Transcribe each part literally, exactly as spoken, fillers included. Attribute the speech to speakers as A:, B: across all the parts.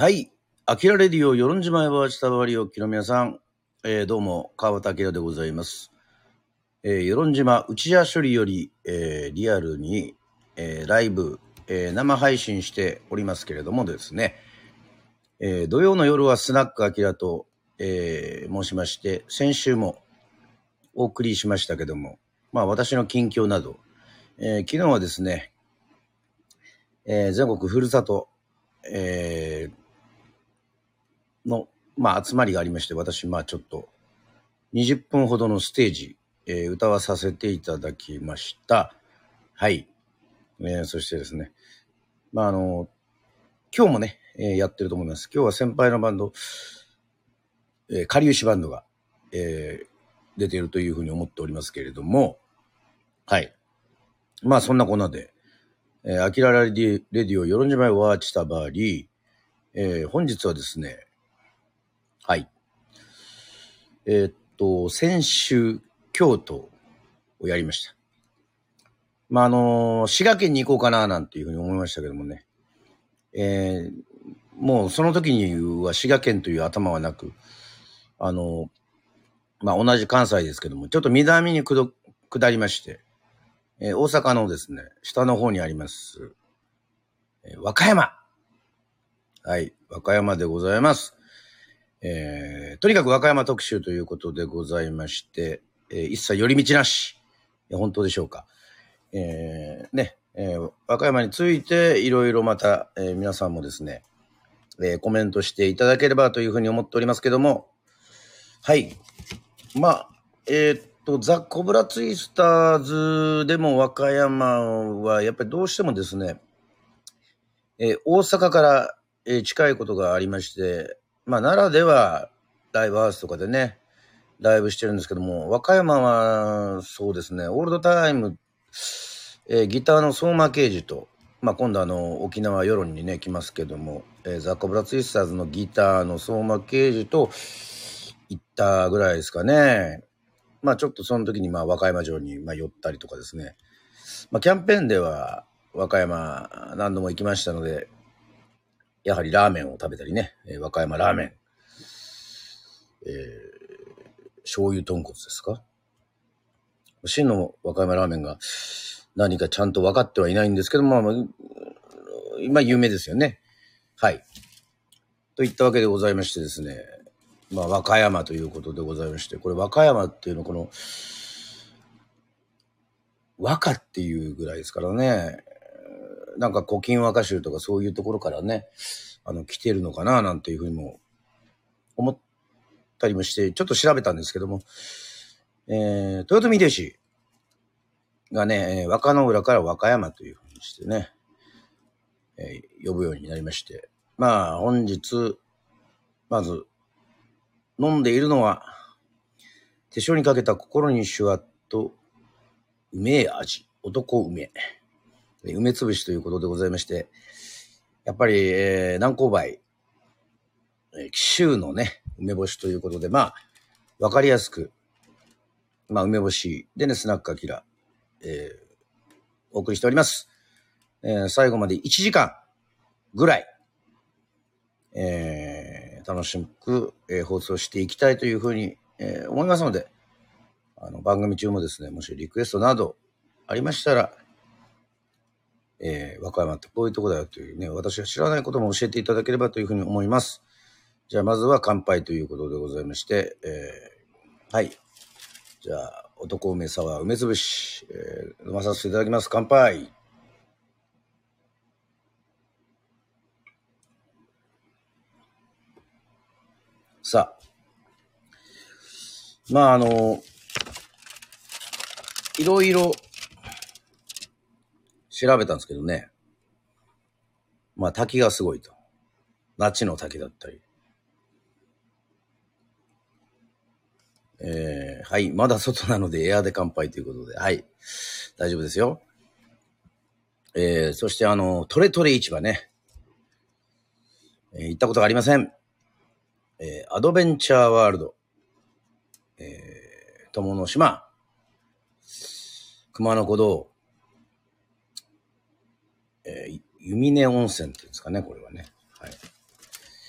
A: はい。アキラレディオ、与論島へは下回りおきの皆さん、えー、どうも、川端明でございます。えー、与論島内屋処理より、えー、リアルに、えー、ライブ、えー、生配信しておりますけれどもですね、えー、土曜の夜はスナックアキラと、えー、申しまして、先週もお送りしましたけども、まあ私の近況など、えー、昨日はですね、えー、全国ふるさと、えー、の、まあ、集まりがありまして、私、まあ、ちょっと、にじゅっぷんほどのステージ、えー歌わさせていただきました。はい。えーそしてですね、まあ、あの、今日もね、えーやってると思います。今日は先輩のバンド、えー、かりゆしバンドが、えー出ているというふうに思っておりますけれども、はい。まあ、そんなこんなで、えー、アキララレディ、レディオ、よろんじまいワーチタバーリー、えー本日はですね、はい。えーっと、先週、京都をやりました。まあ、あの、滋賀県に行こうかな、なんていうふうに思いましたけどもね。えーもうその時には滋賀県という頭はなく、あの、まあ、同じ関西ですけども、ちょっと南にくど下りまして、えー大阪のですね、下の方にあります、えー和歌山。はい、和歌山でございます。えーとにかく和歌山特集ということでございまして、えー一切寄り道なし。えー本当でしょうか。えーね、えー和歌山についていろいろまた、えー皆さんもですね、えーコメントしていただければというふうに思っておりますけども、はい。まあ、えーっと、ザ・コブラツイスターズでも和歌山はやっぱりどうしてもですね、えー大阪から、えー近いことがありまして、まあ奈良ではライブハウスとかでね、ライブしてるんですけども、和歌山はそうですね、オールドタイム、えーギターの相馬啓二と、まあ今度あの沖縄世論にね来ますけども、えーザ・コブラツイスターズのギターの相馬啓二と行ったぐらいですかね。まあちょっとその時にまあ和歌山城にまあ寄ったりとかですね。まあキャンペーンでは和歌山何度も行きましたので、やはりラーメンを食べたりね、えー和歌山ラーメン、えー、醤油豚骨ですか。真の和歌山ラーメンが何かちゃんと分かってはいないんですけども、まあ、今有名ですよね。はい。といったわけでございましてですね、まあ和歌山ということでございまして、これ和歌山っていうのこの和歌っていうぐらいですからね、なんか古今和歌集とかそういうところからね、あの来てるのかななんていうふうにも思ったりもして、ちょっと調べたんですけども、えー、豊臣秀吉がね、和歌の浦から和歌山というふうにしてね、えー呼ぶようになりまして、まあ本日まず飲んでいるのは手塩にかけた心にシュワッと梅味、男梅、梅つぶしということでございまして、やっぱり、えー、南高梅、えー、紀州のね梅干しということで、まあわかりやすく、まあ梅干しでねスナックアキラ、えー、お送りしております。えー、最後までいちじかんぐらい、えー、楽しく、えー、放送していきたいというふうに、えー、思いますので、あの番組中もですね、もしリクエストなどありましたら、えー、和歌山ってこういうとこだよというね、私が知らないことも教えていただければというふうに思います。じゃあまずは乾杯ということでございまして、えー、はい。じゃあ男梅サワー梅つぶし、えー、飲まさせていただきます。乾杯。さあ、まああのいろいろ調べたんですけどね、まあ滝がすごいと、那智の滝だったり、えー、はい、まだ外なのでエアで乾杯ということで、はい、大丈夫ですよ。えー、そしてあのトレトレ市場ね、えー、行ったことがありません。えー、アドベンチャーワールド、えー、友の島、熊野古道、えー、弓根温泉っていうんですかね、これはね。はい。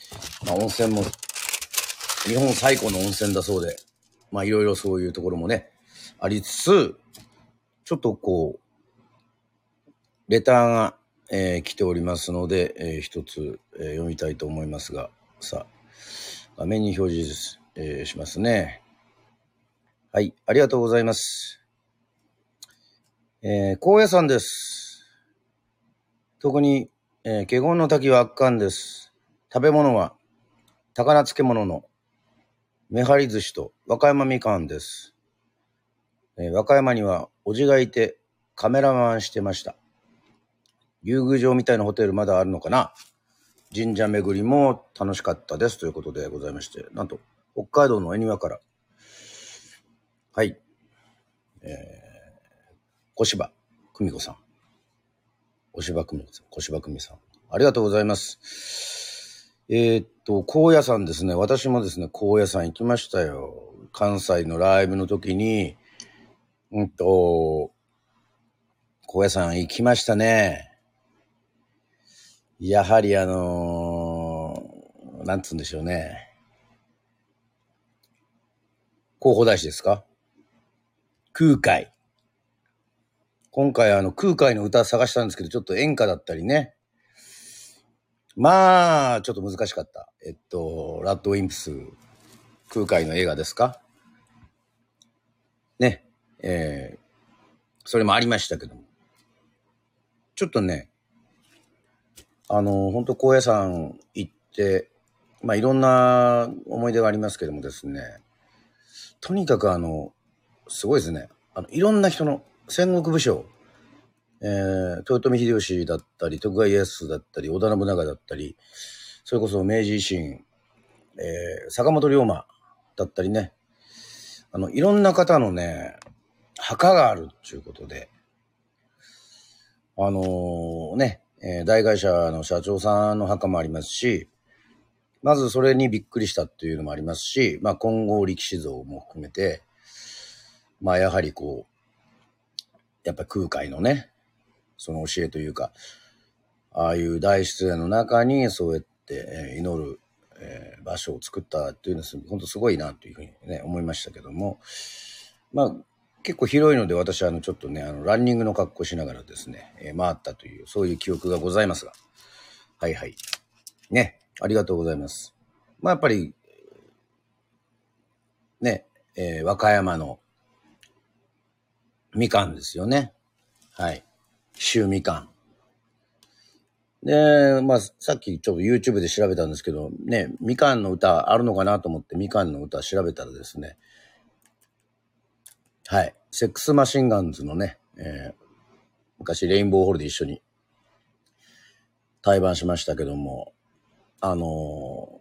A: まあ、温泉も日本最古の温泉だそうで、まあいろいろそういうところもね、ありつつ、ちょっとこう、レターが、えー来ておりますので、えー一つ、えー読みたいと思いますが、さあ、画面に表示、えーしますね。はい、ありがとうございます。えー、高野山です。特に、えー、華厳の滝は圧巻です。食べ物は、高菜漬物のめはり寿司と和歌山みかんです。えー和歌山にはおじがいてカメラマンしてました。竜宮城みたいなホテルまだあるのかな。神社巡りも楽しかったですということでございまして、なんと北海道の恵庭から、はい、えー、小柴久美子さん、小柴久美子さん、小柴久美さん、ありがとうございます。えー、っと高野山ですね。私もですね高野山行きましたよ。関西のライブの時に、うんと高野山行きましたね。やはりあのー、なんつうんでしょうね。広報大師ですか？空海。今回あの空海の歌探したんですけど、ちょっと演歌だったりね。まあ、ちょっと難しかった。えっと、ラッドウィンプス、空海の映画ですかね。えー、それもありましたけども。ちょっとね、あの、本当高野山行って、まあいろんな思い出がありますけどもですね、とにかくあの、すごいですね。あの、いろんな人の戦国武将、えー、豊臣秀吉だったり、徳川家康だったり、織田信長だったり、それこそ明治維新、えー、坂本龍馬だったりね、あの、いろんな方のね、墓があるっていうことで、あのー、ね、えー大会社の社長さんの墓もありますし、まずそれにびっくりしたっていうのもありますし、まあ金剛力士像も含めて、まあやはりこう、やっぱ空海のね、その教えというか、ああいう大自然の中にそうやって、えー祈る、えー場所を作ったっていうのは本当すごいなというふうにね、思いましたけども、まあ結構広いので私はあのちょっとね、あのランニングの格好しながらですね、えー回ったという、そういう記憶がございますが、はいはい。ね、ありがとうございます。まあやっぱり、ね、えー和歌山のみかんですよね。はい。州みかん。で、まあ、さっきちょっと YouTube で調べたんですけど、ね、みかんの歌あるのかなと思ってみかんの歌調べたらですね、はい。セックスマシンガンズのね、えー昔レインボーホールで一緒に対バンしましたけども、あのー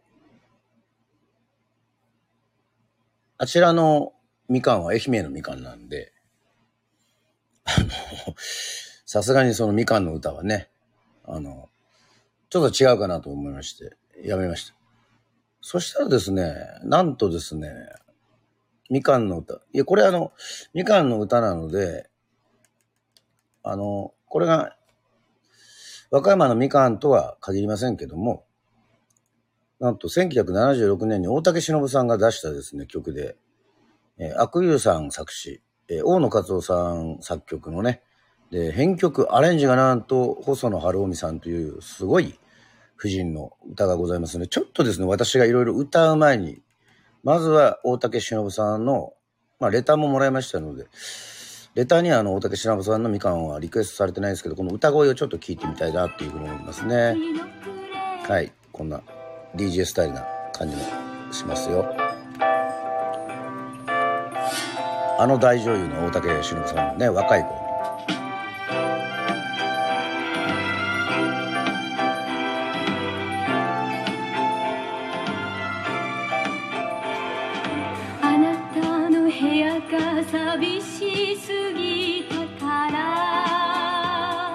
A: あちらのみかんは愛媛のみかんなんで、あの、さすがにそのみかんの歌はね、あの、ちょっと違うかなと思いまして、やめました。そしたらですね、なんとですね、みかんの歌。いや、これあの、みかんの歌なので、あの、これが、和歌山のみかんとは限りませんけども、なんとせんきゅうひゃくななじゅうろくねんに大竹しのぶさんが出したですね、曲で、えー、阿久悠さん作詞、えー、大野勝夫さん作曲のね、で、編曲、アレンジがなんと、細野晴臣さんというすごい婦人の歌がございますので、ちょっとですね、私がいろいろ歌う前に、まずは大竹しのぶさんの、まあ、レターももらいましたので、レターにはあの大竹しのぶさんのみかんはリクエストされてないんですけど、この歌声をちょっと聞いてみたいなっていうふうに思いますね。はい、こんな ディージェー スタイルな感じもしますよ。あの大女優の大竹しのぶさんのね、若い子。
B: 寂しすぎたから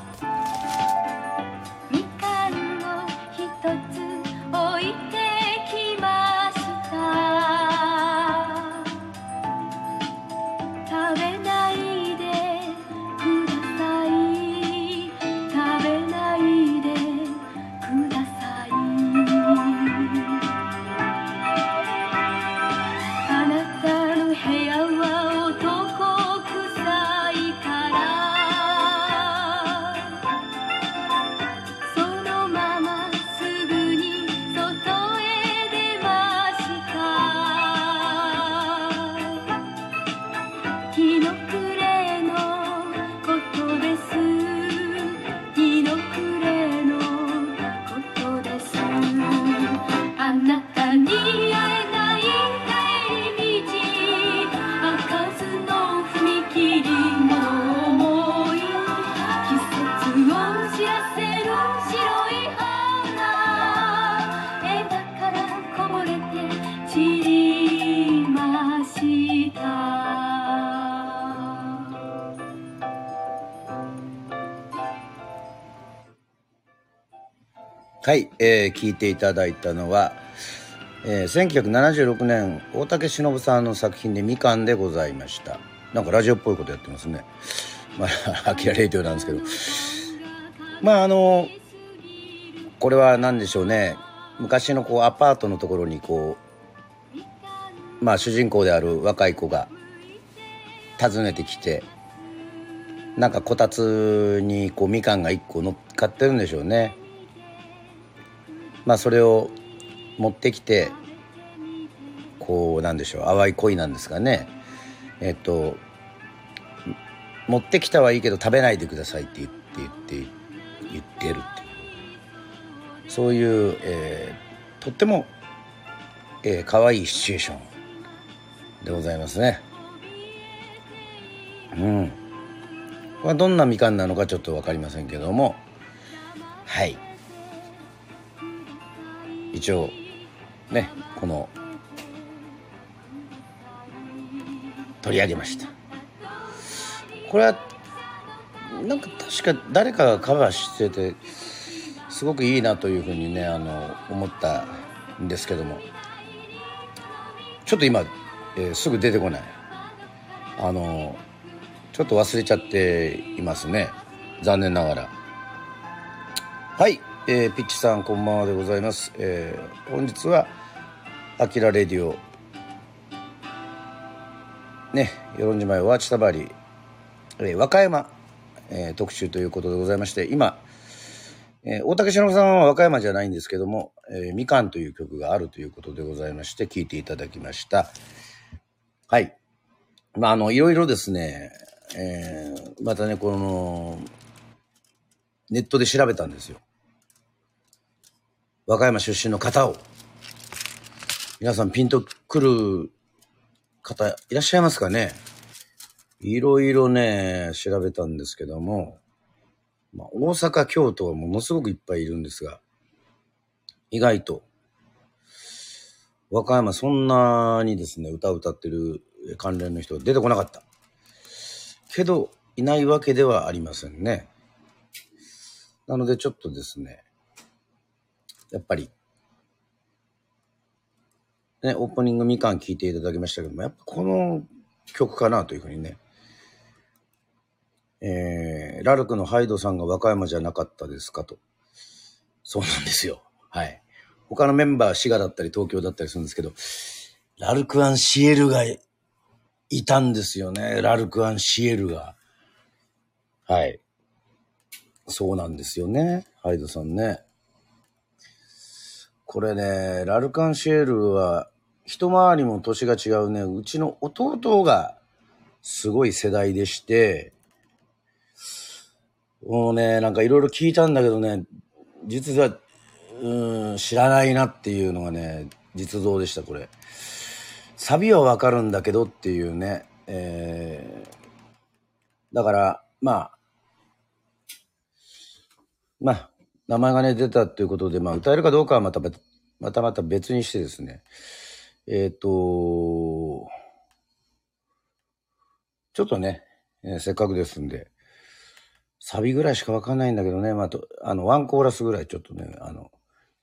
B: みかんを一つ置いてきました食べないで
A: はい、えー、聞いていただいたのは、えー、せんきゅうひゃくななじゅうろくねん大竹しのぶさんの作品でみかんでございました。なんかラジオっぽいことやってますね。まあアキラレイディオなんですけど、まああのこれは何でしょうね、昔のこうアパートのところにこうまあ主人公である若い子が訪ねてきて、なんかこたつにこうみかんがいっこ乗っかってるんでしょうね。まあそれを持ってきて、こうなんでしょう、淡い恋なんですかね。えっと持ってきたはいいけど食べないでくださいって言って言って言ってるっていう、そういう、えー、とっても、えー、可愛いシチュエーションでございますね。うん。これはどんなみかんなのかちょっと分かりませんけども、はい。一応ね、この取り上げました。これはなんか確か誰かがカバーしててすごくいいなというふうにね、あの思ったんですけども、ちょっと今、えー、すぐ出てこない。あのちょっと忘れちゃっていますね、残念ながら。はい、えー、ピッチさんこんばんはでございます。えー、本日はアキラレディオね、与論島は千田原、えー、和歌山、えー、特集ということでございまして、今、えー、大竹しのぶさんは和歌山じゃないんですけども、えー、みかんという曲があるということでございまして聴いていただきました。はい、まああのいろいろですね、えー、またねこのネットで調べたんですよ、和歌山出身の方を。皆さんピンとくる方いらっしゃいますかね。いろいろね調べたんですけども、まあ、大阪京都はものすごくいっぱいいるんですが、意外と和歌山そんなにですね歌を歌ってる関連の人が出てこなかったけど、いないわけではありませんね。なのでちょっとですね、やっぱりね、オープニングみかん聴いていただきましたけども、やっぱこの曲かなというふうにね、えー、ラルクのハイドさんが和歌山じゃなかったですかと。そうなんですよ。はい。他のメンバー滋賀だったり東京だったりするんですけど、ラルクアンシエルがいたんですよね。ラルクアンシエルが。はい。そうなんですよね。ハイドさんね。これね、ラルクアンシエルは一回りも年が違うね、うちの弟がすごい世代でして、もうね、なんかいろいろ聞いたんだけどね、実は、うーん、知らないなっていうのがね、実像でした、これ。サビはわかるんだけどっていうね、えー、だから、まあ、まあ、名前がね、出たっていうことで、まあ、歌えるかどうかはまた、またまた別にしてですね、えっと、ちょっとね、えー、せっかくですんで、サビぐらいしかわかんないんだけどね、まあ、とあの、ワンコーラスぐらいちょっとね、あの、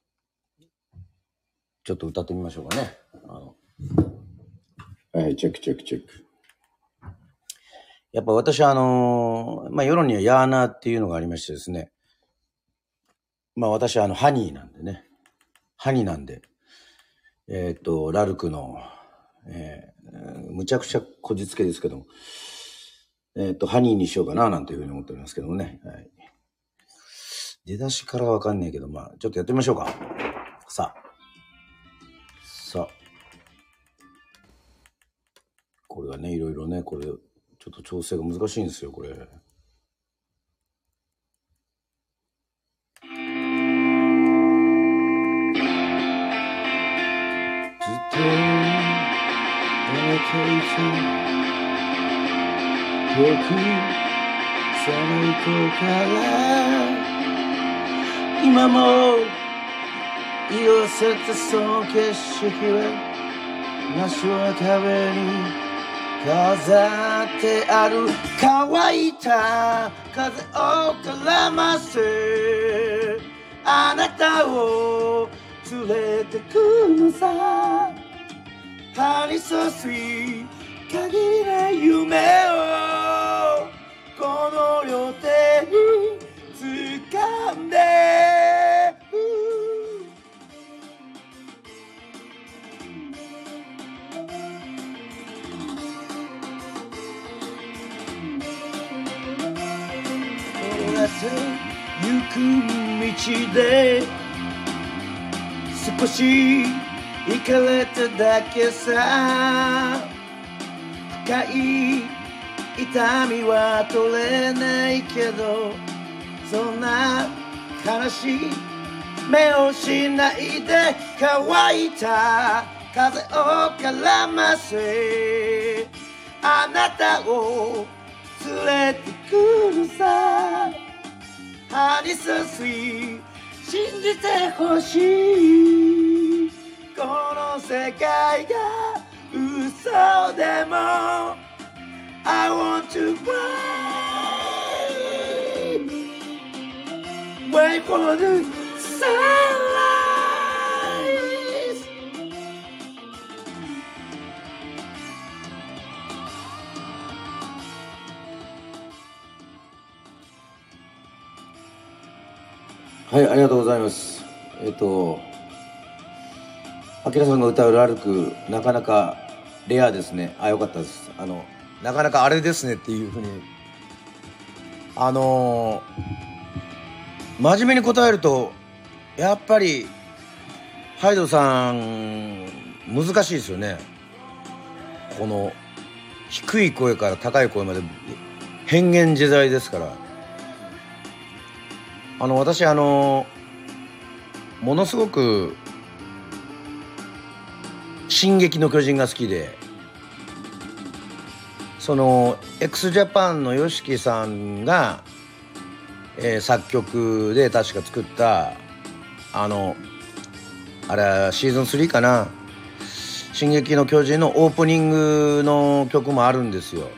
A: ちょっと歌ってみましょうかね。あのはい、チェックチェックチェック。やっぱ私はあのー、まあ、世論にはヤーナーっていうのがありましてですね、まあ私はあの、ハニーなんでね、ハニーなんで、えっと、ラルクの、えー、むちゃくちゃこじつけですけども、えっと、ハニーにしようかななんていうふうに思っておりますけどもね。はい、出だしからわかんないけど、まあ、ちょっとやってみましょうか。さあ。さあ。これはね、いろいろね、これ、ちょっと調整が難しいんですよ、これ。遠くその糸から今も色あせたその景色は梨は壁に飾ってある。乾いた風を絡ませあなたを連れてくのさ Honey so sweet 限りない夢をこの両手に掴んで行く道で少し行かれただけさ深い痛みは取れないけどそんな悲しい目をしないで乾いた風を絡ませあなたを連れてくるさHoney so sweet 信じてほしいこの世界が嘘でも I want to wait Wait for the sunrise はい、ありがとうございます。えっと、あきらさんが歌うラルク、なかなかレアですね。あ、よかったです。あの、なかなかあれですねっていうふうに、あのー、真面目に答えると、やっぱり、ハイドさん、難しいですよね。この、低い声から高い声まで、変幻自在ですから。あの私あのものすごく進撃の巨人が好きでその x ジャパンの ヨシキさんが、えー、作曲で確か作ったあのあれはシーズンスリーかな進撃の巨人のオープニングの曲もあるんですよ。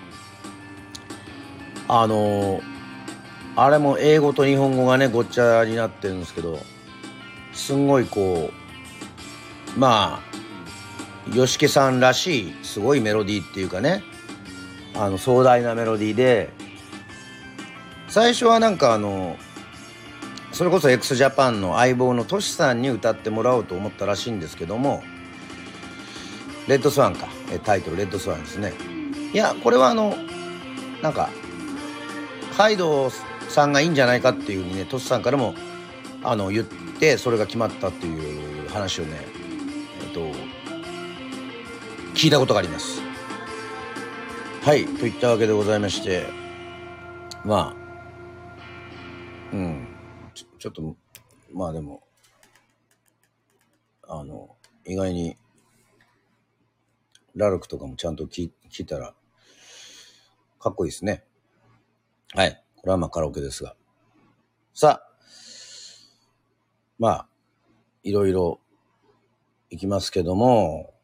A: あのあれも英語と日本語がねごっちゃになってるんですけどすんごいこうまあヨシケさんらしいすごいメロディーっていうかねあの壮大なメロディーで最初はなんかあのそれこそ x ジャパンの相棒のトシさんに歌ってもらおうと思ったらしいんですけどもレッドスワンかタイトルレッドスワンですね。いやこれはあのなんかハイドさんがいいんじゃないかっていうふうにねトシさんからもあの言ってそれが決まったっていう話をねえっと聞いたことがあります。はいといったわけでございましてまあうんちょ、ちょっとまあでもあの意外にラルクとかもちゃんと 聞, 聞いたらかっこいいですね。はい。これはまあカラオケですが。さあ。まあ、いろいろいきますけども、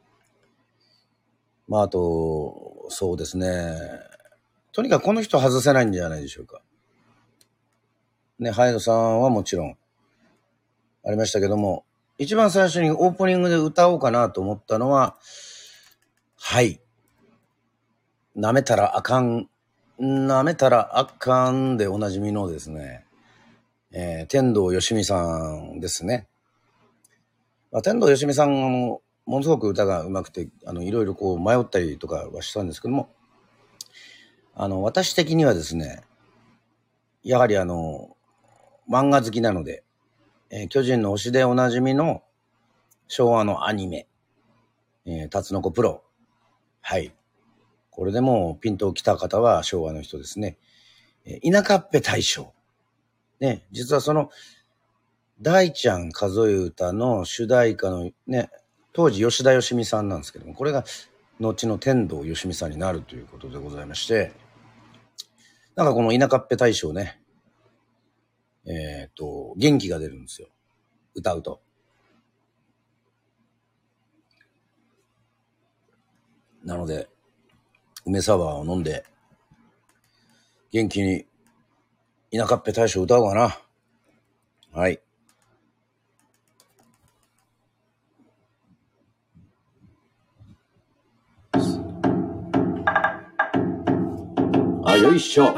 A: まああと、そうですね。とにかくこの人外せないんじゃないでしょうか。ね、ハイドさんはもちろんありましたけども、一番最初にオープニングで歌おうかなと思ったのは、はい。舐めたらあかん。舐めたらあかんでおなじみのですね、えー、天童よしみさんですね。まあ、天童よしみさんもものすごく歌が上手くてあのいろいろこう迷ったりとかはしたんですけどもあの私的にはですねやはりあの漫画好きなので、えー、巨人の推しでおなじみの昭和のアニメ、えー、タツノコプロはいこれでもピンときた方は昭和の人ですね。えー、田舎っぺ大将。ね、実はその、大ちゃん数え歌の主題歌のね、当時吉田よしみさんなんですけども、これが後の天童よしみさんになるということでございまして、なんかこの田舎っぺ大将ね、えっと、元気が出るんですよ。歌うと。なので、梅サワーを飲んで、元気に田舎っぺ大将歌おうかな。はい。 よいしょ。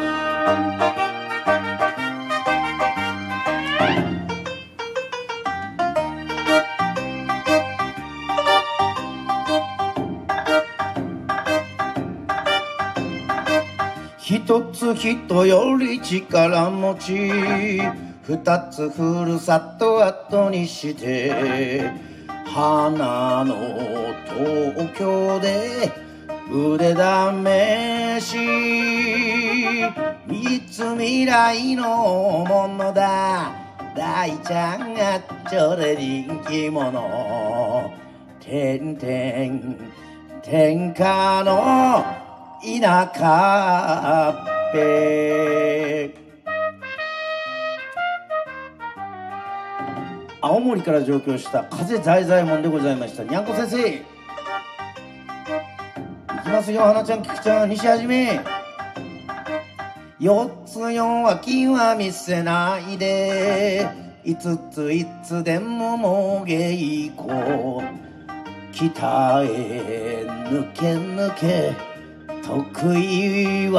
A: 一つ人より力持ち、二つふるさと後にして、花の東京で腕試し、三つ未来のものだ、大ちゃんがちょで人気者、てんてん天下の田舎っぺ。青森から上京した風財左衛門でございました。にゃんこ先生いきますよ。花ちゃん、菊ちゃん、西はじめ。四つ四脇は見せないで、五ついつでももげいこう、北へ抜け抜け得意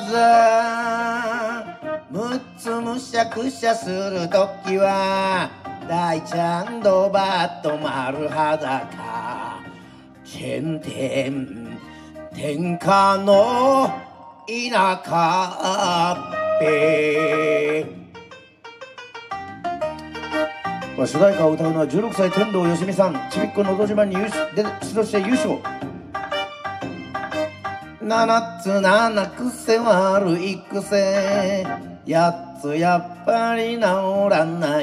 A: 技、六つむしゃくしゃするときは大ちゃんドバッと丸裸、てんてん天下の田舎っぺ。主題歌を歌うのはじゅうろくさい天童よしみさん。ちびっこのど自慢に優勝で出場して優勝。七つ七癖悪い癖、八つやっぱり治らない、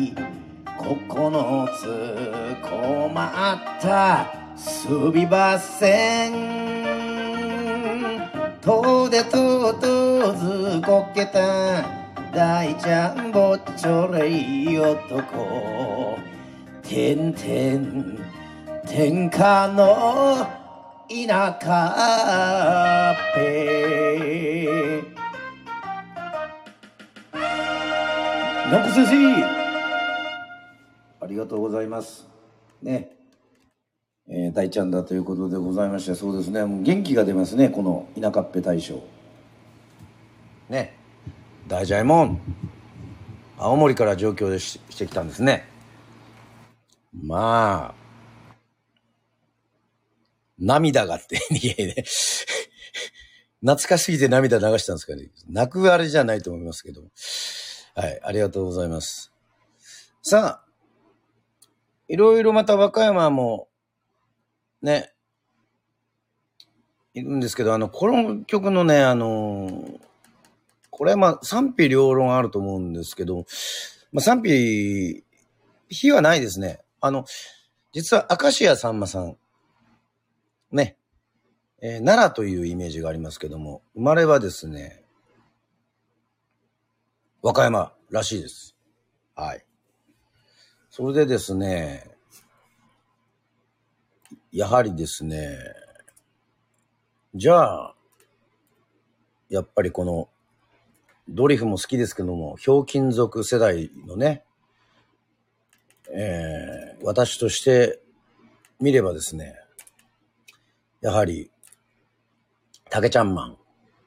A: 九つ困ったすびばせん、とでとうとうずこけた大ちゃんぼっちょれい男、てんてん天下の田舎っぺ。のこ先生ありがとうございますね。えー、大ちゃんだということでございまして、そうですね、もう元気が出ますね、この田舎っぺ大賞ね。大ジャイモン青森から上京で し, してきたんですね。まあ涙がっていやいや懐かしすぎて涙流したんですかね。泣くあれじゃないと思いますけど、はい、ありがとうございます。さあ、いろいろまた和歌山もねいるんですけど、あのこの曲のね、あのこれはまあ賛否両論あると思うんですけど、まあ、賛否非はないですね。あの実は明石家さんまさんね、えー、奈良というイメージがありますけども、生まれはですね和歌山らしいです。はい。それでですね、やはりですね、じゃあやっぱりこのドリフも好きですけども、ひょうきん族世代のね、えー、私として見ればですね、やはりたけちゃんマン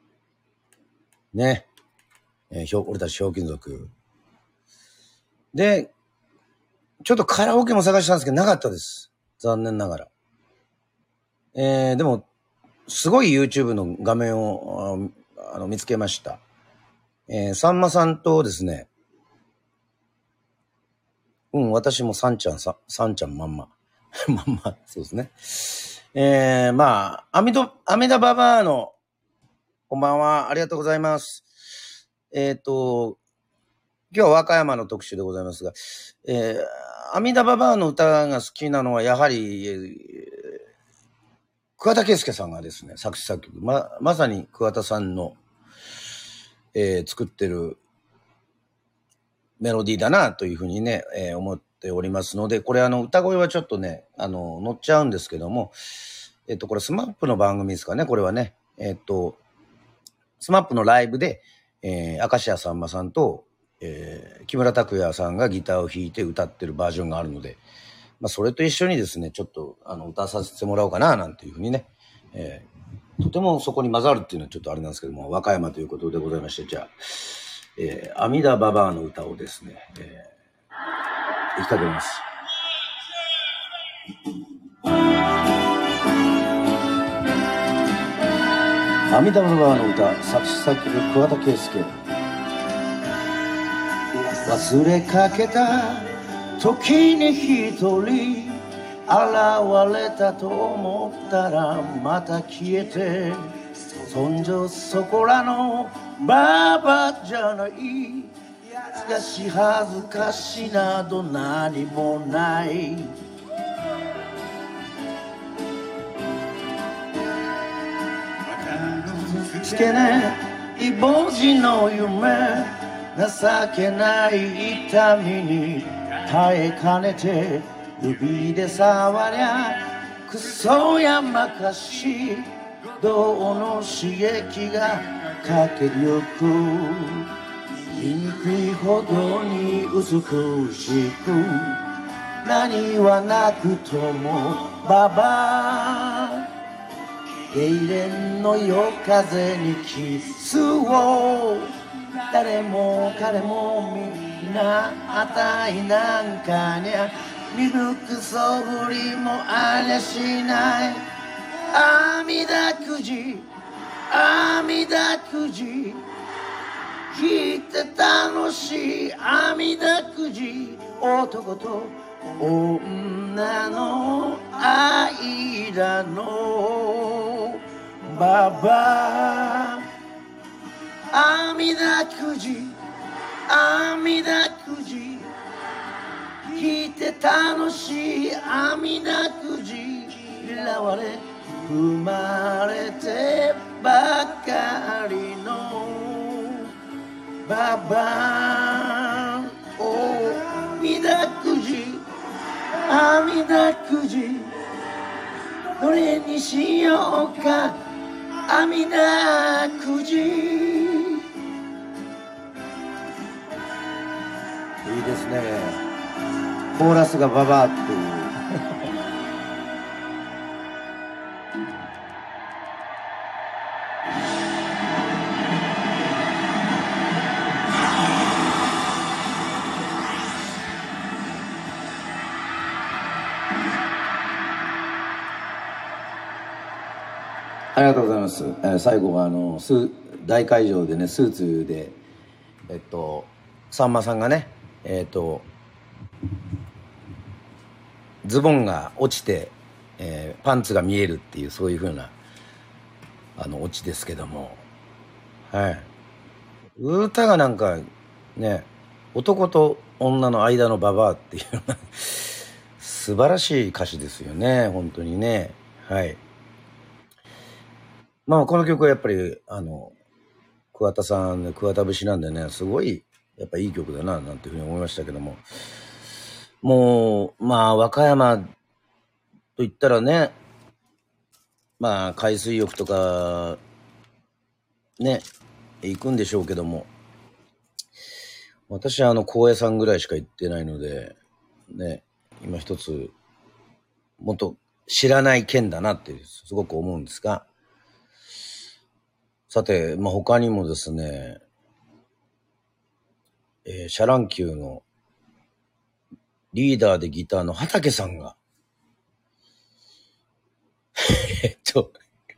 A: ね、えー、俺たちひょうきん族で、ちょっとカラオケも探したんですけどなかったです、残念ながら。えー、でもすごい YouTube の画面を あ, あの見つけました。えー、さんまさんとですね、うん、私もさんちゃんさ、さんちゃんまんま。まんま、そうですね。えー、まあ、アミド、アメダババアの、こんばんは、ありがとうございます。えっと、今日は和歌山の特集でございますが、えー、阿弥陀ババアの歌が好きなのはやはり、えー、桑田佳祐さんがですね、作詞作曲、ま、まさに桑田さんの、えー、作ってるメロディーだなというふうにね、えー、思っておりますので、これあの歌声はちょっとね、あの乗っちゃうんですけども、えっとこれスマップの番組ですかね、これはね、えっとスマップのライブで、えー、明石家さんまさんと、えー、木村拓哉さんがギターを弾いて歌ってるバージョンがあるので、まあそれと一緒にですね、ちょっとあの歌させてもらおうかななんていうふうにね、えとてもそこに混ざるっていうのはちょっとあれなんですけども、和歌山ということでございまして、じゃあ、えー、阿弥陀ババアの歌をですね、えー、いきたいと思います。阿弥陀ババアの歌、作詞作曲桑田佳祐。忘れかけた時に一人現れたと思ったらまた消えて、そんじょそこらのババじゃない、しかし恥ずかしなど何もない。つけないぼじの夢、情けない痛みに耐えかねて、指で触りゃクソやまかし銅の刺激が駆けゆく、醜いほどに美しく何はなくともババゲイレンの夜風にキスを、誰も彼もみんなあたいなんかにゃ鈍くそぶりもありゃしない。阿弥陀くじ阿弥陀くじ聞いて楽しい阿弥陀くじ、男と女の間のババ阿弥陀くじ阿弥陀くじ聞いて楽しい阿弥陀くじ、嫌われ生まれてばかりのババ阿弥陀くじ阿弥陀くじ、どれにしようか阿弥陀くじ。いいですね。コーラスがババアっていうありがとうございます。えー、最後はあのス大会場でね、スーツでえっとさんまさんがね、えっとズボンが落ちて、えー、パンツが見えるっていう、そういう風なあのオチですけども、はい、歌がなんかね、男と女の間のババアっていう素晴らしい歌詞ですよね、本当にね。はい。まあこの曲はやっぱりあの桑田さん、桑田節なんでね、すごいやっぱいい曲だななんていうふうに思いましたけども、もうまあ和歌山と言ったらね、まあ海水浴とかね行くんでしょうけども、私はあの高野山ぐらいしか行ってないのでね、今一つもっと知らない県だなってすごく思うんですが、さて、まあ、他にもですね、えー、シャランキューのリーダーでギターの畠さんがえっと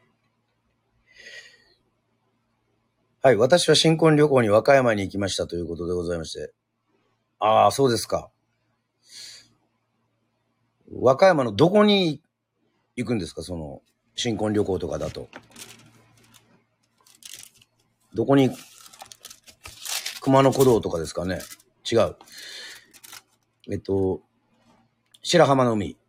A: はい、私は新婚旅行に和歌山に行きましたということでございまして、ああ、そうですか。和歌山のどこに行くんですか、その新婚旅行とかだと。どこに、熊野古道とかですかね。違う。えっと、白浜の海。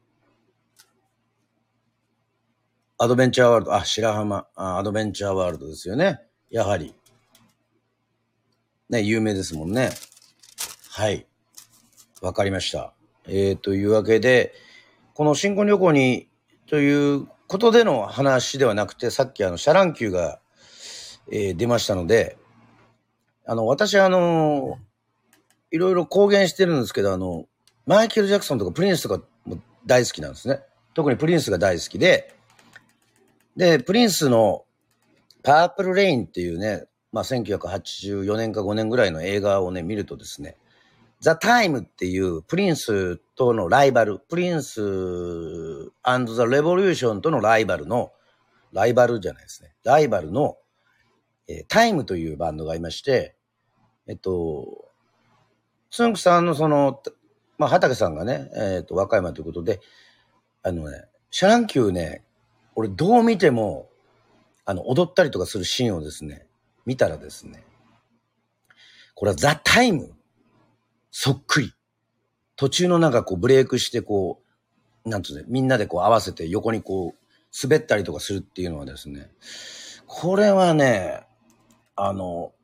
A: アドベンチャーワールド。あ、白浜。あ、アドベンチャーワールドですよね。やはり。ね、有名ですもんね。はい。わかりました。えー、というわけで、この新婚旅行にということでの話ではなくて、さっきあの、シャランキューが、えー、出ましたので、あの、私あの、いろいろ公言してるんですけど、あの、マイケル・ジャクソンとかプリンスとかも大好きなんですね。特にプリンスが大好きで、 で、プリンスのパープルレインっていうね、まあせんきゅうひゃくはちじゅうよねんかごねんぐらいの映画をね、見るとですね、ザ・タイムっていうプリンスとのライバル、プリンス&ザ・レボリューションとのライバルの、ライバルじゃないですね、ライバルの、えー、タイムというバンドがいまして、えっと、つんくさんのその、まあ畑さんがね、えっと、和歌山ということで、あのね、シャ乱 Q ね、俺どう見ても、あの、踊ったりとかするシーンをですね、見たらですね、これはザ・タイムそっくり。途中のなんかこうブレイクしてこう、なんつうね、みんなでこう合わせて横にこう滑ったりとかするっていうのはですね、これはね、あの、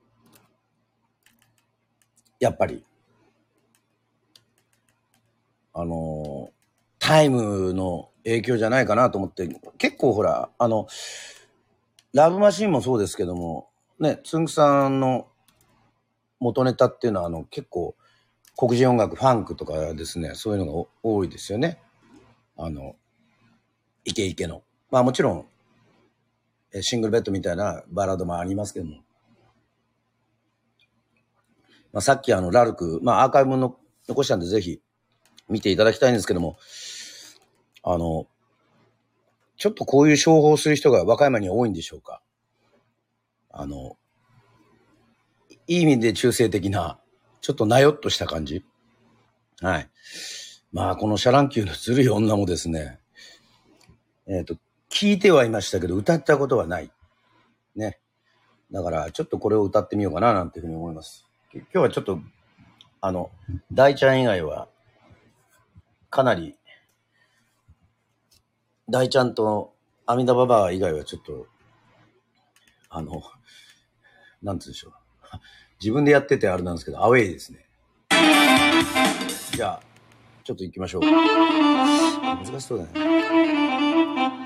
A: やっぱり、あの、タイムの影響じゃないかなと思って、結構ほら、あの、ラブマシーンもそうですけども、ね、つんくさんの元ネタっていうのは、あの、結構、黒人音楽、ファンクとかですね、そういうのが多いですよね。あの、イケイケの。まあもちろん、シングルベッドみたいなバラードもありますけども。まあさっきあの、ラルク、まあアーカイブも残したんでぜひ見ていただきたいんですけども、あの、ちょっとこういう商法する人が和歌山に多いんでしょうか。あの、いい意味で中性的な、ちょっとなよっとした感じ。はい。まあこのシャ乱 Q のずるい女もですね、えっと、聞いてはいましたけど、歌ったことはない。ね。だから、ちょっとこれを歌ってみようかな、なんていうふうに思います。今日はちょっと、あの、大ちゃん以外は、かなり、大ちゃんと阿弥陀ババア以外はちょっと、あの、なんつうんでしょう。自分でやっててあれなんですけど、アウェイですね。じゃあ、ちょっと行きましょう。難しそうだね。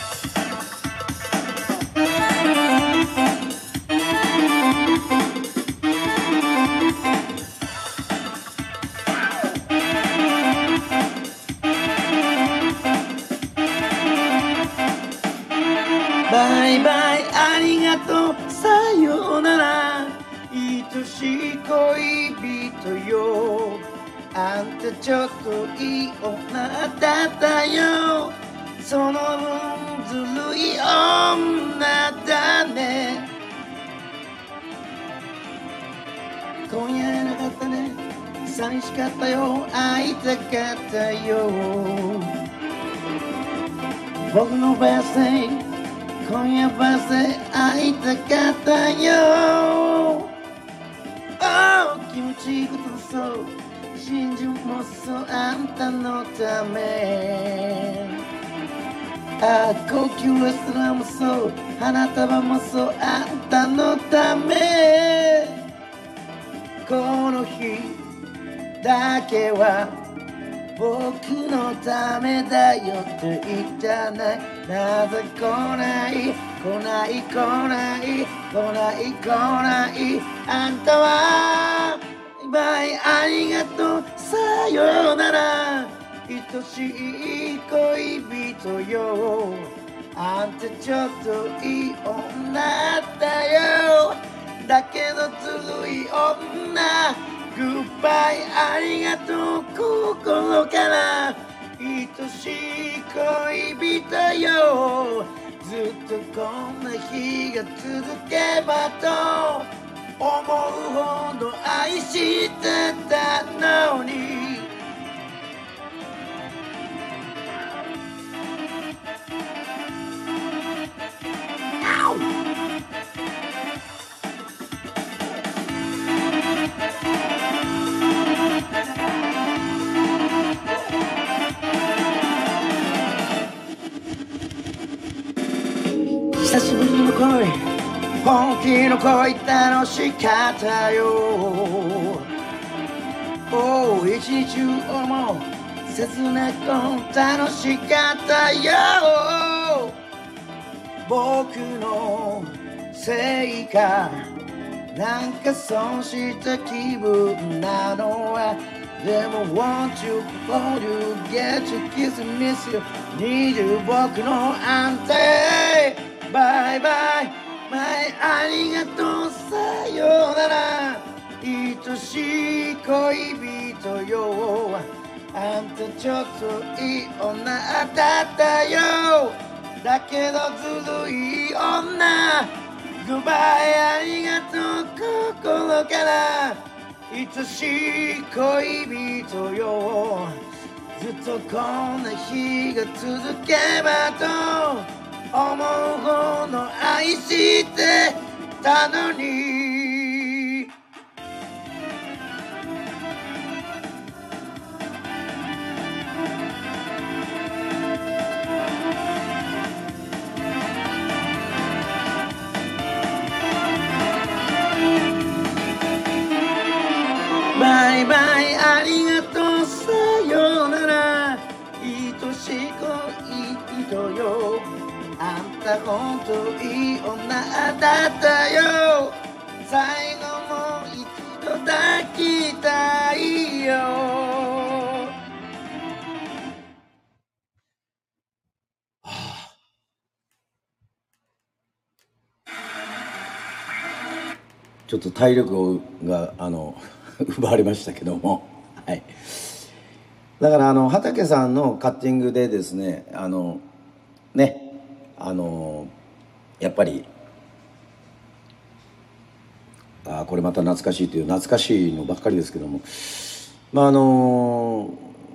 A: バイバイありがとうさようなら愛しい恋人よあんたちょっといい女だったよその分ずるい女だね今夜なかったね寂しかったよ会いたかったよ僕のベストデイ今夜バスで会いたかったよ、oh、気持ちいいことそう真珠もそうあんたのためあ高級レストランもそう花束もそうあんたのためこの日だけは僕のためだよって言ったななぜ来ない来ない来ない来ない来ないあんたはバイありがとうさようなら愛しい恋人よあんたちょっといい女だよだけどずるい女グッバイありがとう心から愛しい恋人よずっとこんな日が続けばと思うほど愛してたのに久しぶりの恋本気の恋楽しかったよおう一日中思う切なく楽しかったよ僕のせいかなんか損した気分なのはでも want you, want you, get you, kiss, miss you need you 僕の安定バイバイ前ありがとうさようなら愛しい恋人よあんたちょっといい女だったよだけどずるい女グッバイありがとう心から愛しい恋人よずっとこんな日が続けばと思うほど愛してたのにバイバイありがとうさようなら愛しい恋人よあんたほんといい女だったよ最後も一度抱きたいよちょっと体力があの奪われましたけども、はい、だからあの畠さんのカッティングでですねあのねあのやっぱりあこれまた懐かしいという懐かしいのばっかりですけどもまああの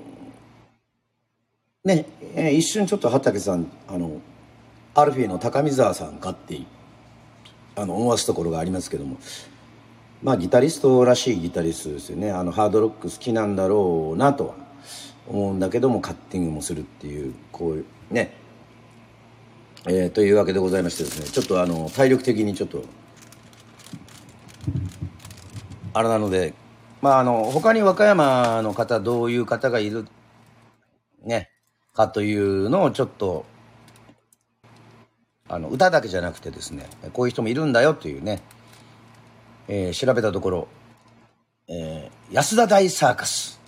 A: ねえ一瞬ちょっと畠さんあのアルフィーの高見沢さんかってあの思わすところがありますけどもまあギタリストらしいギタリストですよねあのハードロック好きなんだろうなとは思うんだけどもカッティングもするっていうこういうねえー、というわけでございましてですねちょっとあの体力的にちょっとあれなのでまああの他に和歌山の方どういう方がいるねかというのをちょっとあの歌だけじゃなくてですねこういう人もいるんだよというね、えー、調べたところ、えー、安田大サーカス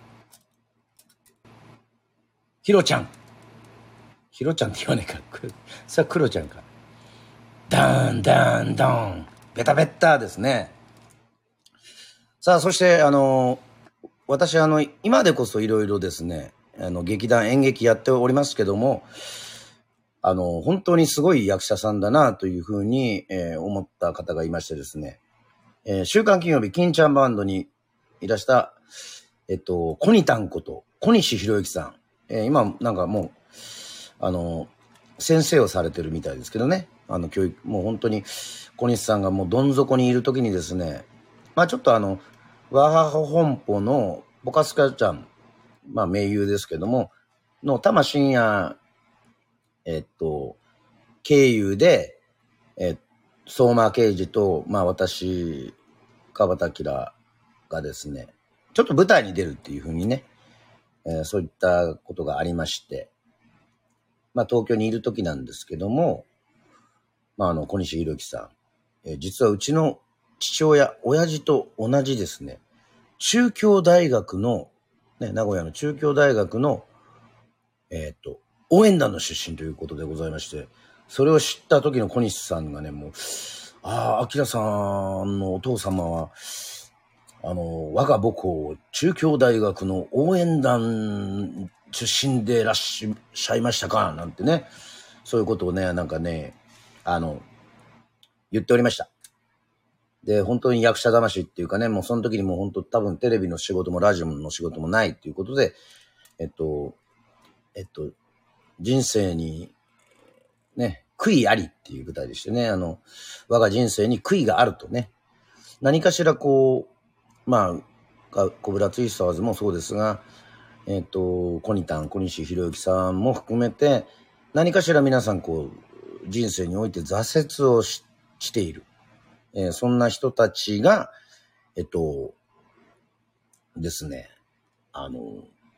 A: ひろちゃんひろちゃんって言わねえかそれはクロちゃんかダンダンダンベタベタですねさあそしてあの私あの今でこそいろいろですねあの劇団演劇やっておりますけどもあの本当にすごい役者さんだなというふうに、えー、思った方がいましてですね、えー、週刊金曜日金ちゃんバンドにいらしたえっとコニタンこと小西博之さん、えー、今なんかもうあの先生をされてるみたいですけどねあの教育もう本当に小西さんがもうどん底にいる時にですねまあちょっとあのワハハ本舗のボカスカちゃんまあ盟友ですけどもの玉深夜えっと経由でえ相馬刑事とまあ私川端明がですねちょっと舞台に出るっていう風にね、えー、そういったことがありましてまあ東京にいる時なんですけどもまああの小西博之さん、えー、実はうちの父親親父と同じですね中京大学の、ね、名古屋の中京大学のえっと応援団の出身ということでございましてそれを知った時の小西さんがねもうああ明さんのお父様はあの我が母校中京大学の応援団出身でいらっしゃいましたかなんてねそういうことをねなんかねあの言っておりましたで本当に役者魂っていうかねもうその時にもう本当多分テレビの仕事もラジオの仕事もないっていうことでえっとえっと人生にね悔いありっていう舞台でしてねあの我が人生に悔いがあるとね何かしらこうまあコブラツイスターズもそうですがえっとコニタン小西博之さんも含めて何かしら皆さんこう人生において挫折を し, している、えー、そんな人たちがえっとですねあの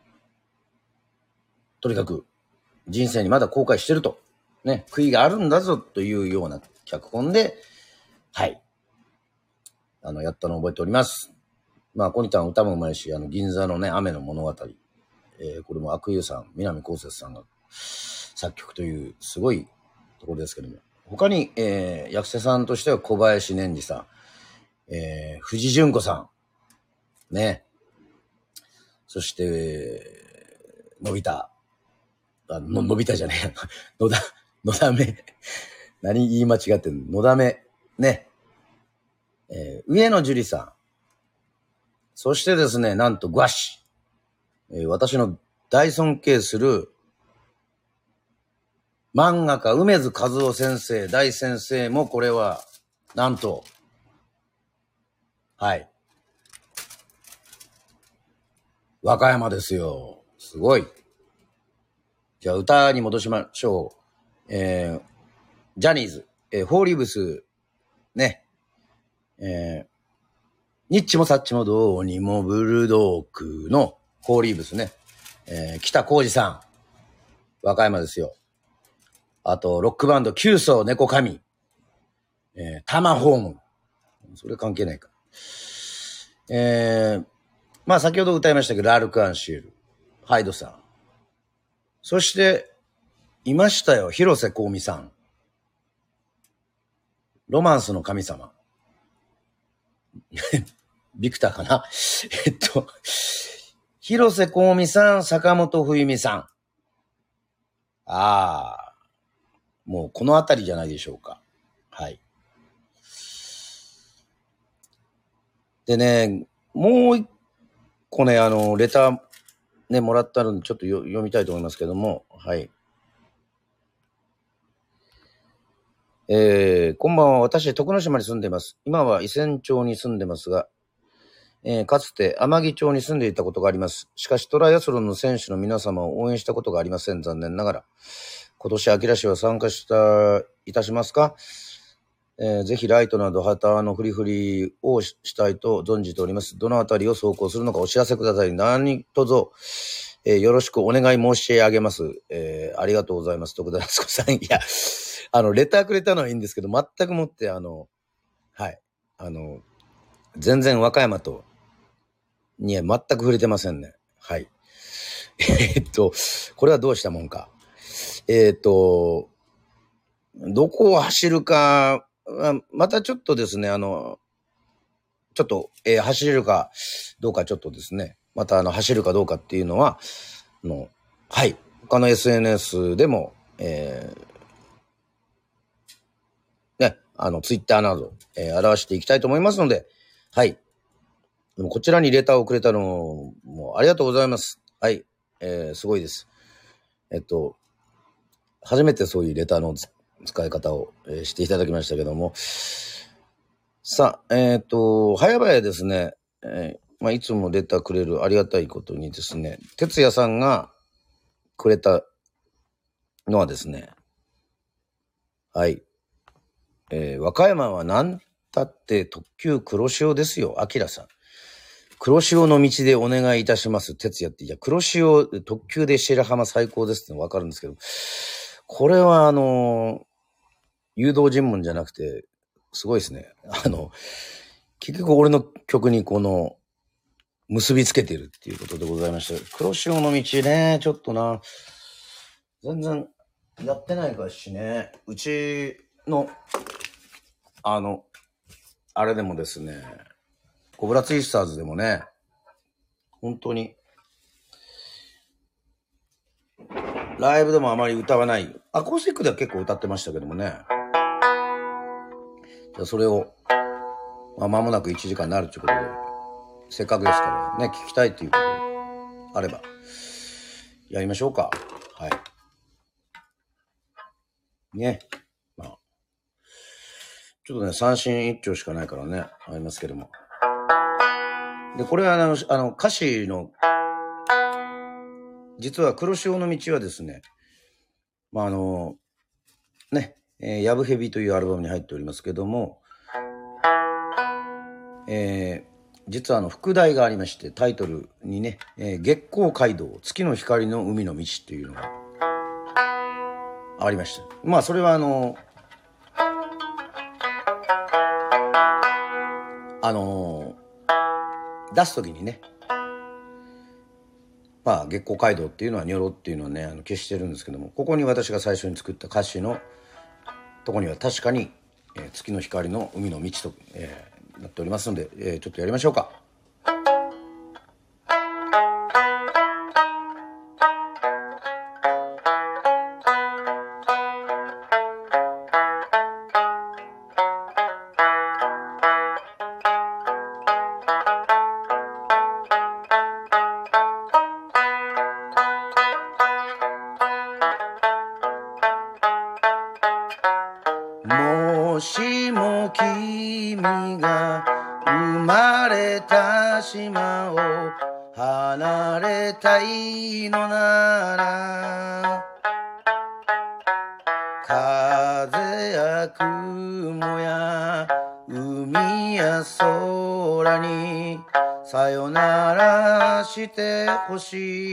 A: とにかく人生にまだ後悔してるとね悔いがあるんだぞというような脚本ではいあのやったのを覚えております。 まあ、コニタン歌もうまいし、あの、銀座のね、雨の物語。えー、これも阿久悠さん、南こうせつさんが作曲というすごいところですけども。他に、えー、役者さんとしては小林年次さん、えー、藤純子さん、ね。そして、のび太。あの、のび太じゃねえ。のだ、のだめ。何言い間違ってんの？のだめ。ね。えー、上野樹里さん。そしてですね、なんと、グワッシー。えー、私の大尊敬する漫画家、梅津和夫先生、大先生もこれは、なんと、はい。和歌山ですよ。すごい。じゃあ歌に戻しましょう。えー、ジャニーズ、えー、フォーリーブス、ね。えー、ニッチもサッチもどうにもブルドークのフォーリーブスね。えー、北浩二さん。和歌山ですよ。あと、ロックバンド、キュウソ猫神。えー、タマホーム。それ関係ないか。えー、まあ先ほど歌いましたけど、ラルクアンシール。ハイドさん。そして、いましたよ、広瀬香美さん。ロマンスの神様。ビクターかなえっと、広瀬香美さん、坂本冬美さん。ああ、もうこのあたりじゃないでしょうか。はい。でね、もう一個ね、あの、レターね、もらったのでちょっと読みたいと思いますけども、はい。えー、こんばんは。私、徳之島に住んでいます。今は伊仙町に住んでますが、えー、かつて天城町に住んでいたことがあります。しかしトライアスロンの選手の皆様を応援したことがありません。残念ながら。今年、秋田市は参加した、いたしますか？えー、ぜひライトなど旗のフリフリをしたいと存じております。どのあたりを走行するのかお知らせください。何卒、えー、よろしくお願い申し上げます。えー、ありがとうございます。徳田夏子さん。いや、あの、レターくれたのはいいんですけど、全くもって、あの、はい。あの、全然和歌山と、には全く触れてませんね。はい。えー、っと、これはどうしたもんか。えー、っと、どこを走るか、またちょっとですね、あの、ちょっと、えー、走れるかどうかちょっとですね、またあの、走るかどうかっていうのは、あの、はい、他の エスエヌエス でも、えー、ね、あの、ツイッターなど、えー、表していきたいと思いますので、はい。でもこちらにレターをくれたのもありがとうございます。はい、えー、すごいです。えっと、初めてそういうレターの使い方を、えー、していただきましたけども、さあ、えっと、早々ですね、えーまあ、いつもレターくれるありがたいことにですね、哲也さんがくれたのはですね、はい、えー、和歌山は何たって特急黒潮ですよ、あきらさん。黒潮の道でお願いいたします、哲也って。いや、黒潮特急で白浜最高ですってのわかるんですけど、これはあのー、誘導尋問じゃなくて、すごいですね。あの、結局俺の曲にこの、結びつけてるっていうことでございました。黒潮の道ね、ちょっとな、全然やってないからしね、うちの、あの、あれでもですね、コブラツイスターズでもね、本当に、ライブでもあまり歌わない、アコースティックでは結構歌ってましたけどもね、じゃあそれを、まあ、間もなくいちじかんになるっていうことで、せっかくですからね、聞きたいっていうことであれば、やりましょうか。はい。ね。まあ、ちょっとね、三振一丁しかないからね、ありますけども。で、これはあの、あの歌詞の、実は黒潮の道はですね、まああの、ね、えー、やぶへびというアルバムに入っておりますけども、えー、実はあの、副題がありまして、タイトルにね、えー、月光街道、月の光の海の道っていうのがありました。まあ、それはあの、あの、 出す時にね、まあ月光街道っていうのはニョロっていうのはね、あの消してるんですけども、ここに私が最初に作った歌詞のとこには確かに、えー、月の光の海の道と、えー、なっておりますので、えー、ちょっとやりましょうか。もしも君が生まれた島を離れたいのなら、風や雲や海や空にさよならしてほしい。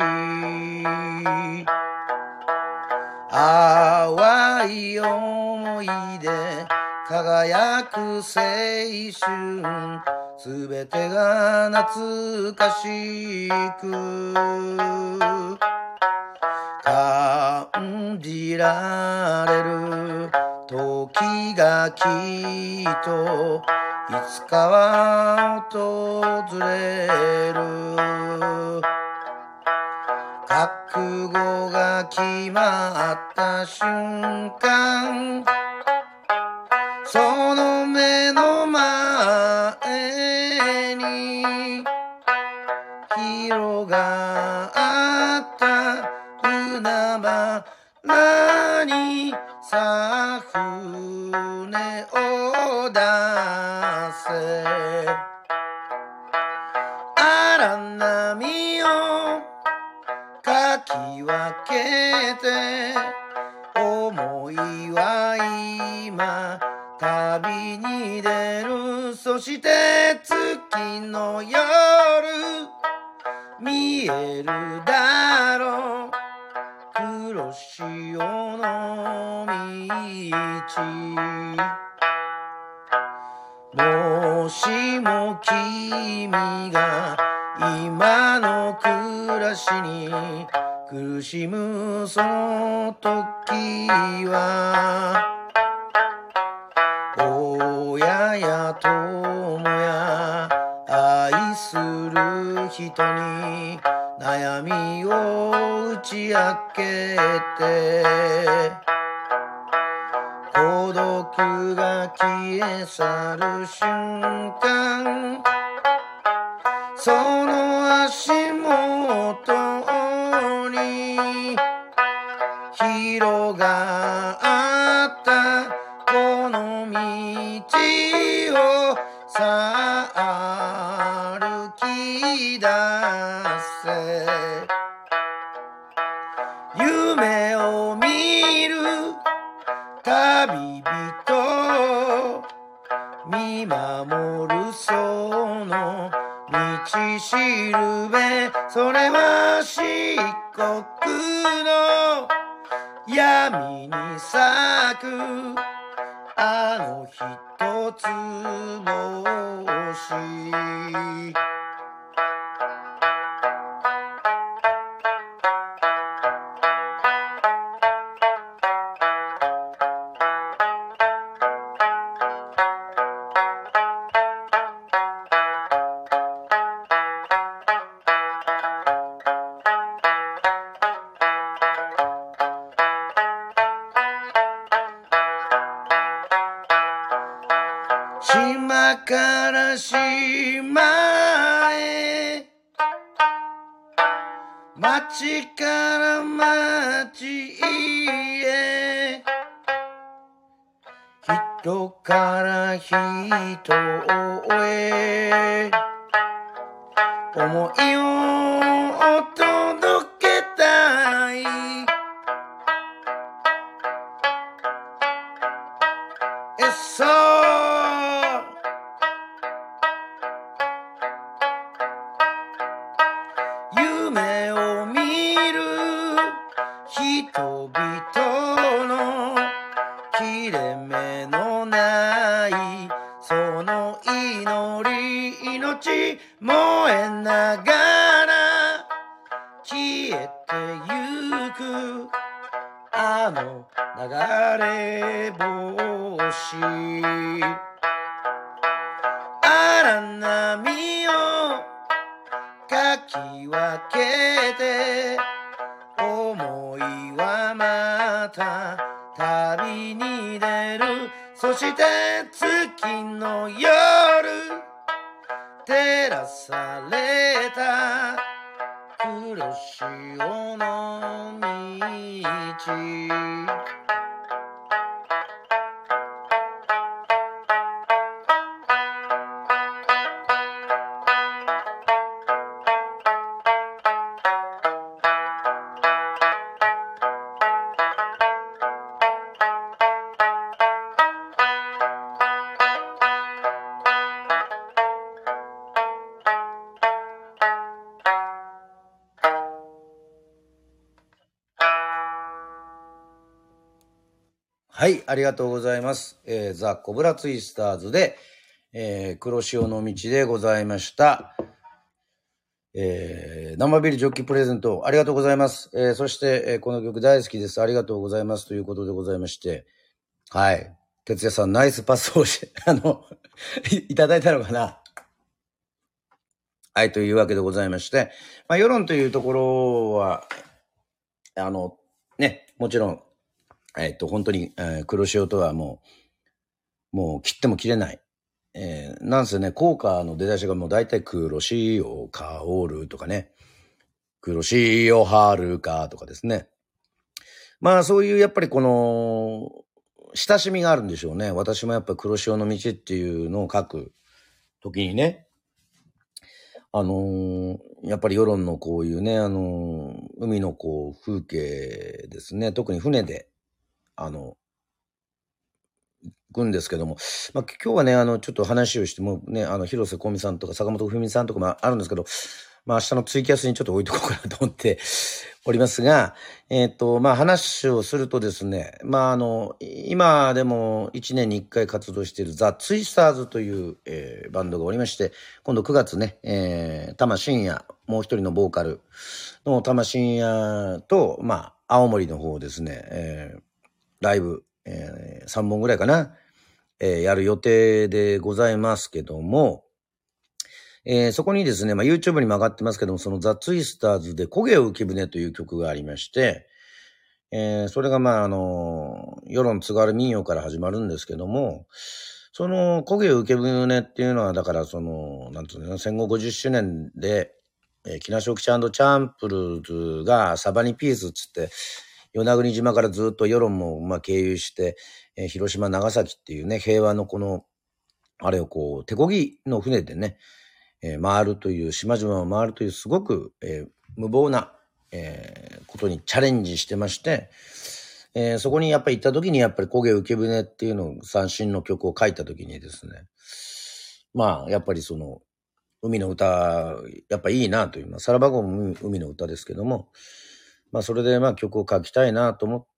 A: 淡い思い出輝く青春、すべてが懐かしく感じられる時がきっといつかは訪れる。覚悟が決まった瞬間、その目の前に広がった海原にさ船を出せ、荒波をかき分けて、思いは今旅に出る。そして月の夜見えるだろう、黒潮の道。もしも君が今の暮らしに苦しむその時は、親や友や愛する人に悩みを打ち明けて、孤独が消え去る瞬間、その足元に広がったこの道をさあ歩き出せ、夢を見る旅人、見守るその道しるべ、それは漆黒の闇に咲くあの一つ星。島から島へ、町から町へ、人から人へ思いを届けたい。えそう夢を見る人々の切れ目のないその祈り、命燃えてゆくあの流れ星荒波をかき分けて思いはまた旅に出るそして月の夜照らされた黒潮の道はい、ありがとうございます。えー、ザ・コブラツイスターズで、えー、黒潮の道でございました。えー、生ビールジョッキプレゼントありがとうございます。えー、そして、えー、この曲大好きです。ありがとうございますということでございまして、はい。哲也さんナイスパスをし、あの、いただいたのかな。はい、というわけでございまして、まあ、世論というところは、あの、ね、もちろん、えっと、本当に、えー、黒潮とはもう、もう切っても切れない。えー、なんせね、効果の出だしがもう大体黒潮香るとかね、黒潮春かとかですね。まあそういうやっぱりこの、親しみがあるんでしょうね。私もやっぱ黒潮の道っていうのを書くときにね、あのー、やっぱり世論のこういうね、あのー、海のこう風景ですね、特に船で、あの、行くんですけども、まあ、今日はね、あの、ちょっと話をしてもね、あの、広瀬香美さんとか坂本冬美さんとかもあるんですけど、まあ、明日のツイキャスにちょっと置いとこうかなと思っておりますが、えっと、まあ、話をするとですね、まあ、あの、今でもいちねんにいっかい活動しているザ・ツイスターズという、えー、バンドがおりまして、今度くがつね、えー、玉真也、もう一人のボーカルの玉真也と、まあ、青森の方ですね、えー、ライブ、えー、さんぼんぐらいかな、えー、やる予定でございますけども、えー、そこにですね、まあ、YouTube にも上がってますけども、そのザ・ツイスターズで焦げ浮き舟という曲がありまして、えー、それがまあ、あの、世論津軽民謡から始まるんですけども、その焦げ浮き舟っていうのは、だからその、なんていうの、戦後ごじゅっしゅうねんで、えー、木梨沖チャンプルーズがサバニピースっつって、与那国島からずっと世論もまあ経由して、えー、広島、長崎っていうね、平和のこの、あれをこう、手漕ぎの船でね、えー、回るという、島々を回るという、すごく、えー、無謀な、えー、ことにチャレンジしてまして、えー、そこにやっぱり行った時に、やっぱり焦げ浮き舟っていうのを、三振の曲を書いた時にですね、まあ、やっぱりその、海の歌、やっぱいいなという、まあ、サラバゴも海の歌ですけども、まあ、それでまあ曲を書きたいなと思って、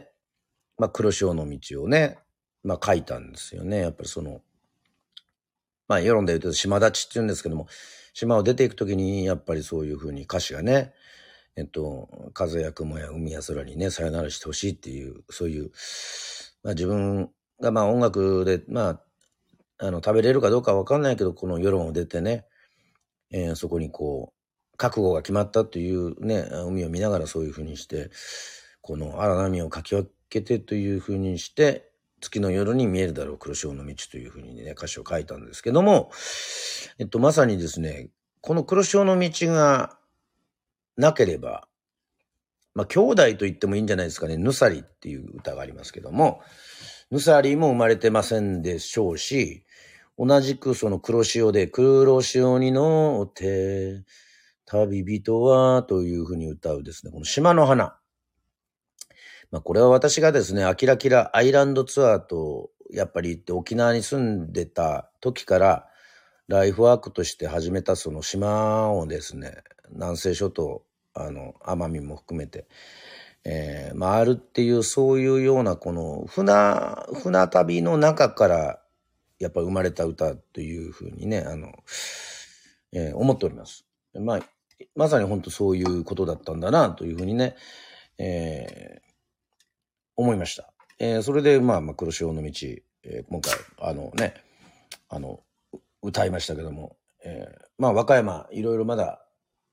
A: まあ、黒潮の道をね、まあ、書いたんですよね。やっぱりその、まあ、世論で言うと島立ちって言うんですけども、島を出ていくときに、やっぱりそういうふうに歌詞がね、えっと、風や雲や海や空にね、さよならしてほしいっていう、そういう、まあ自分がまあ音楽で、まあ、あの、食べれるかどうかわかんないけど、この世論を出てね、えー、そこにこう、覚悟が決まったというね、海を見ながらそういうふうにして、この荒波をかき分けてというふうにして、月の夜に見えるだろう黒潮の道というふうにね、歌詞を書いたんですけども、えっと、まさにですね、この黒潮の道がなければ、まあ、兄弟と言ってもいいんじゃないですかね、ぬさりっていう歌がありますけども、ぬさりも生まれてませんでしょうし、同じくその黒潮で、黒潮に乗って、旅人はというふうに歌うですね、この島の花。まあ、これは私がですね、アキラキラアイランドツアーと、やっぱり行って沖縄に住んでた時から、ライフワークとして始めたその島をですね、南西諸島、あの、奄美も含めて、えー、回るっていう、そういうようなこの船、船旅の中から、やっぱ生まれた歌というふうにね、あの、えー、思っております。まあ、 まさに本当そういうことだったんだなというふうにね、えー、思いました。えー、それでまあ、まあ、黒潮の道、えー、今回あのねあの歌いましたけども、えー、まあ和歌山いろいろまだ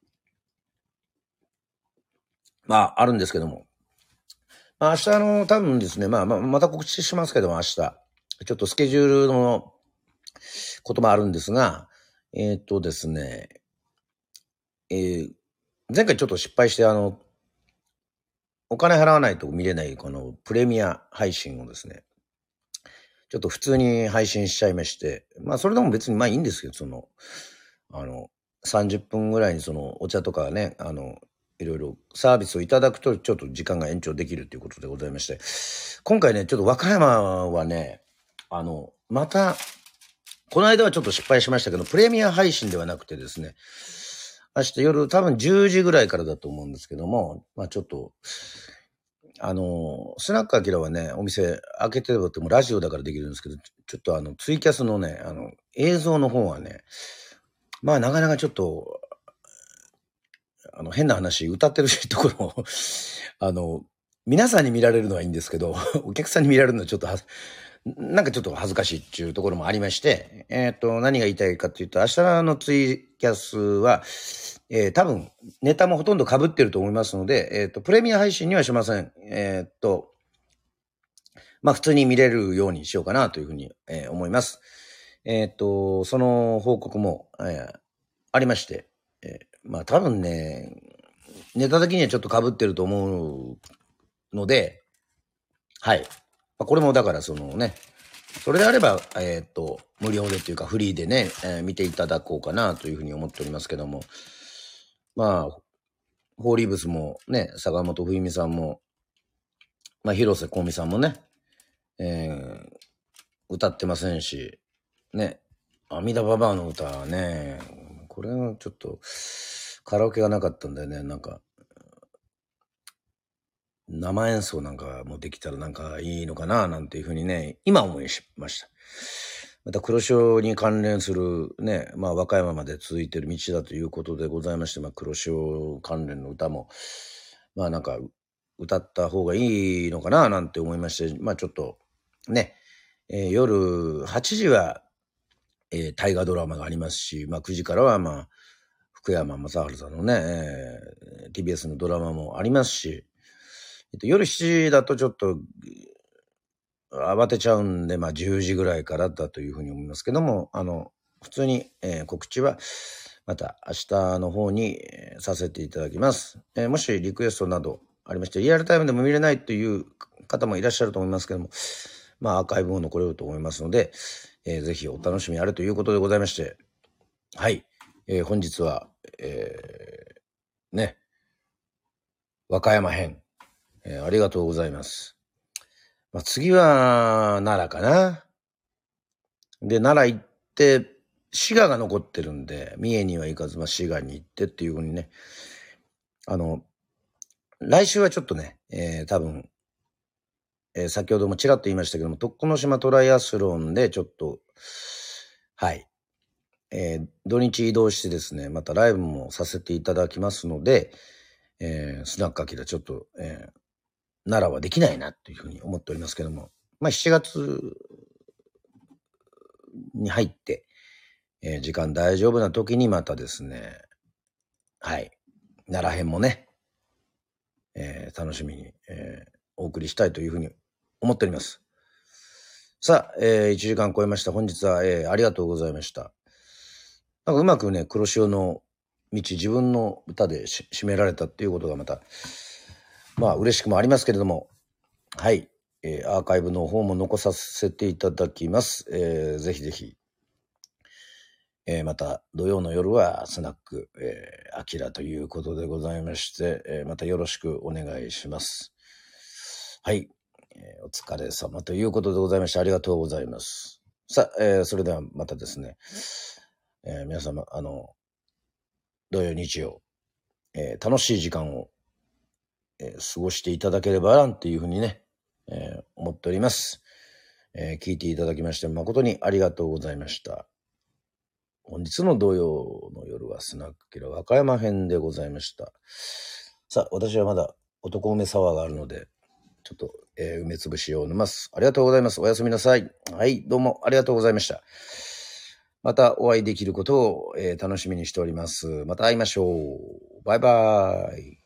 A: まああるんですけども、まあ、明日の多分ですね、まあ、まあ、また告知しますけども、明日ちょっとスケジュールのこともあるんですが、えー、っとですね、えー、前回ちょっと失敗してあのお金払わないと見れないこのプレミア配信をですね、ちょっと普通に配信しちゃいまして、まあそれでも別にまあいいんですけど、その、あの、さんじゅっぷんぐらいにそのお茶とかね、あの、いろいろサービスをいただくとちょっと時間が延長できるということでございまして、今回ね、ちょっと和歌山はね、あの、また、この間はちょっと失敗しましたけど、プレミア配信ではなくてですね、明日夜多分じゅうじぐらいからだと思うんですけども、まあちょっと、あの、スナックアキラはね、お店開けててもラジオだからできるんですけど、ちょっとあの、ツイキャスのね、あの、映像の方はね、まあなかなかちょっと、あの、変な話、歌ってるところを、あの、皆さんに見られるのはいいんですけど、お客さんに見られるのはちょっとは、なんかちょっと恥ずかしいっていうところもありまして、えっと、何が言いたいかっていうと、明日のツイキャスは、えー、多分、ネタもほとんど被ってると思いますので、えっと、プレミア配信にはしません。えっと、まあ、普通に見れるようにしようかなというふうに、えー思います。えっと、その報告も、えーありまして、えーまあ、多分ね、ネタ的にはちょっと被ってると思うので、はい。まあ、これもだからそのね、それであれば、えっと、無料でというかフリーでね、えー見ていただこうかなというふうに思っておりますけども、まあ、ホーリーブスもね、坂本冬美さんも、まあ、広瀬香美さんもね、えー歌ってませんし、ね、阿弥陀ババアの歌はね、これはちょっと、カラオケがなかったんでね、なんか、生演奏なんかもできたらなんかいいのかな、なんていうふうにね、今思いました。また黒潮に関連するね、まあ和歌山まで続いている道だということでございまして、まあ黒潮関連の歌も、まあなんか歌った方がいいのかな、なんて思いまして、まあちょっとね、えー夜はちじは、えー大河ドラマがありますし、まあくじからはまあ福山雅治さんのね、えー ティービーエス のドラマもありますし、えっと、夜しちじだとちょっと慌てちゃうんで、まあじゅうじぐらいからだというふうに思いますけども、あの、普通に、えー告知はまた明日の方に、えーさせていただきます。えーもしリクエストなどありまして、リアルタイムでも見れないという方もいらっしゃると思いますけども、まあアーカイブも残れると思いますので、えーぜひお楽しみあれということでございまして、はい、えー本日は、えーね、和歌山編、えーありがとうございます。まあ、次は奈良かな。で、奈良行って、滋賀が残ってるんで、三重には行かず、まあ、滋賀に行ってっていうふうにね、あの、来週はちょっとね、えー多分、えー先ほどもちらっと言いましたけども、徳之島トライアスロンでちょっと、はい、えー土日移動してですね、またライブもさせていただきますので、えースナックアキラちょっと、えー奈良はできないなというふうに思っておりますけども、まあしちがつに入って、えー時間大丈夫な時にまたですね、はい、奈良編もね、えー楽しみに、えーお送りしたいというふうに思っております。さあ、えーいちじかん超えました。本日は、えーありがとうございました。なんかうまくね、黒潮の道、自分の歌でし締められたっていうことがまた、まあ嬉しくもありますけれども、はい、えーアーカイブの方も残させていただきます。えーぜひぜひ、えーまた土曜の夜はスナック、えー、アキラということでございまして、えーまたよろしくお願いします。はい、えーお疲れ様ということでございまして、ありがとうございます。さあ、えーそれではまたですね、えー皆様、あの、土曜日曜、えー楽しい時間を、えー過ごしていただければなっていうふうにね、えー思っております。えー聞いていただきまして誠にありがとうございました。 本日の土曜の夜はスナックキラ和歌山編でございました。さあ、私はまだ男梅サワーがあるので、ちょっと、えー梅つぶしを飲みます。ありがとうございます。おやすみなさい。はい、どうもありがとうございました。またお会いできることを、えー楽しみにしております。また会いましょう。バイバイ。